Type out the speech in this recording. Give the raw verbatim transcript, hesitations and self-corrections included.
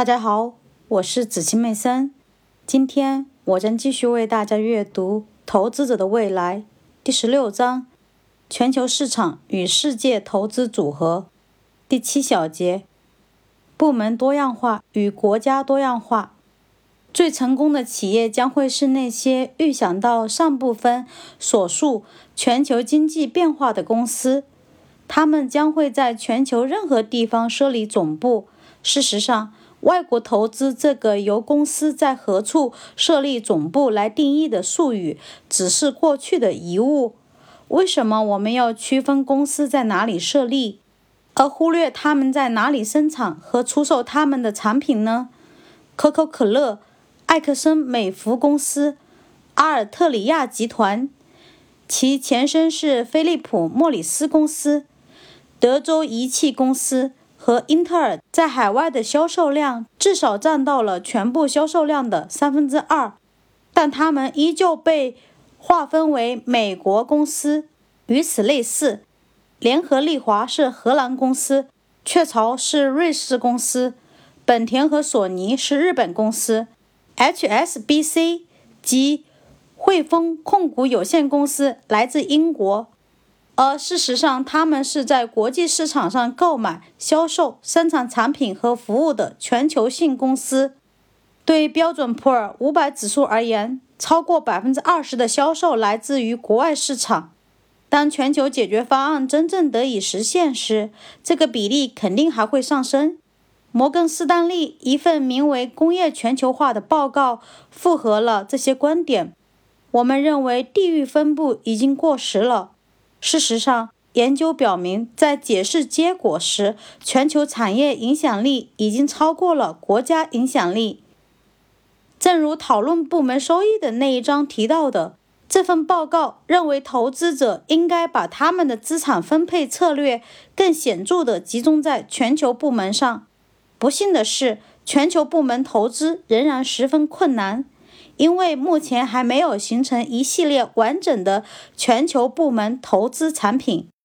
大家好，我是子清妹森。今天我将继续为大家阅读《投资者的未来》第十六章：全球市场与世界投资组合。第七小节：部门多样化与国家多样化。最成功的企业将会是那些预想到上部分所述全球经济变化的公司，他们将会在全球任何地方设立总部。事实上，外国投资这个由公司在何处设立总部来定义的术语只是过去的遗物。为什么我们要区分公司在哪里设立，而忽略他们在哪里生产和出售他们的产品呢？可口可乐、埃克森美孚公司、阿尔特里亚集团，其前身是菲利普莫里斯公司、德州仪器公司和英特尔在海外的销售量至少占到了全部销售量的三分之二，但他们依旧被划分为美国公司。与此类似，联合利华是荷兰公司，雀巢是瑞士公司，本田和索尼是日本公司， H S B C 及汇丰控股有限公司来自英国，而事实上他们是在国际市场上购买、销售、生产产品和服务的全球性公司。对标准普尔五百指数而言，超过 百分之二十 的销售来自于国外市场。当全球解决方案真正得以实现时，这个比例肯定还会上升。摩根士丹利一份名为《工业全球化》的报告符合了这些观点。我们认为地域分布已经过时了。事实上，研究表明，在解释结果时，全球产业影响力已经超过了国家影响力。正如讨论部门收益的那一章提到的，这份报告认为投资者应该把他们的资产分配策略更显著地集中在全球部门上。不幸的是，全球部门投资仍然十分困难，因为目前还没有形成一系列完整的全球部门投资产品。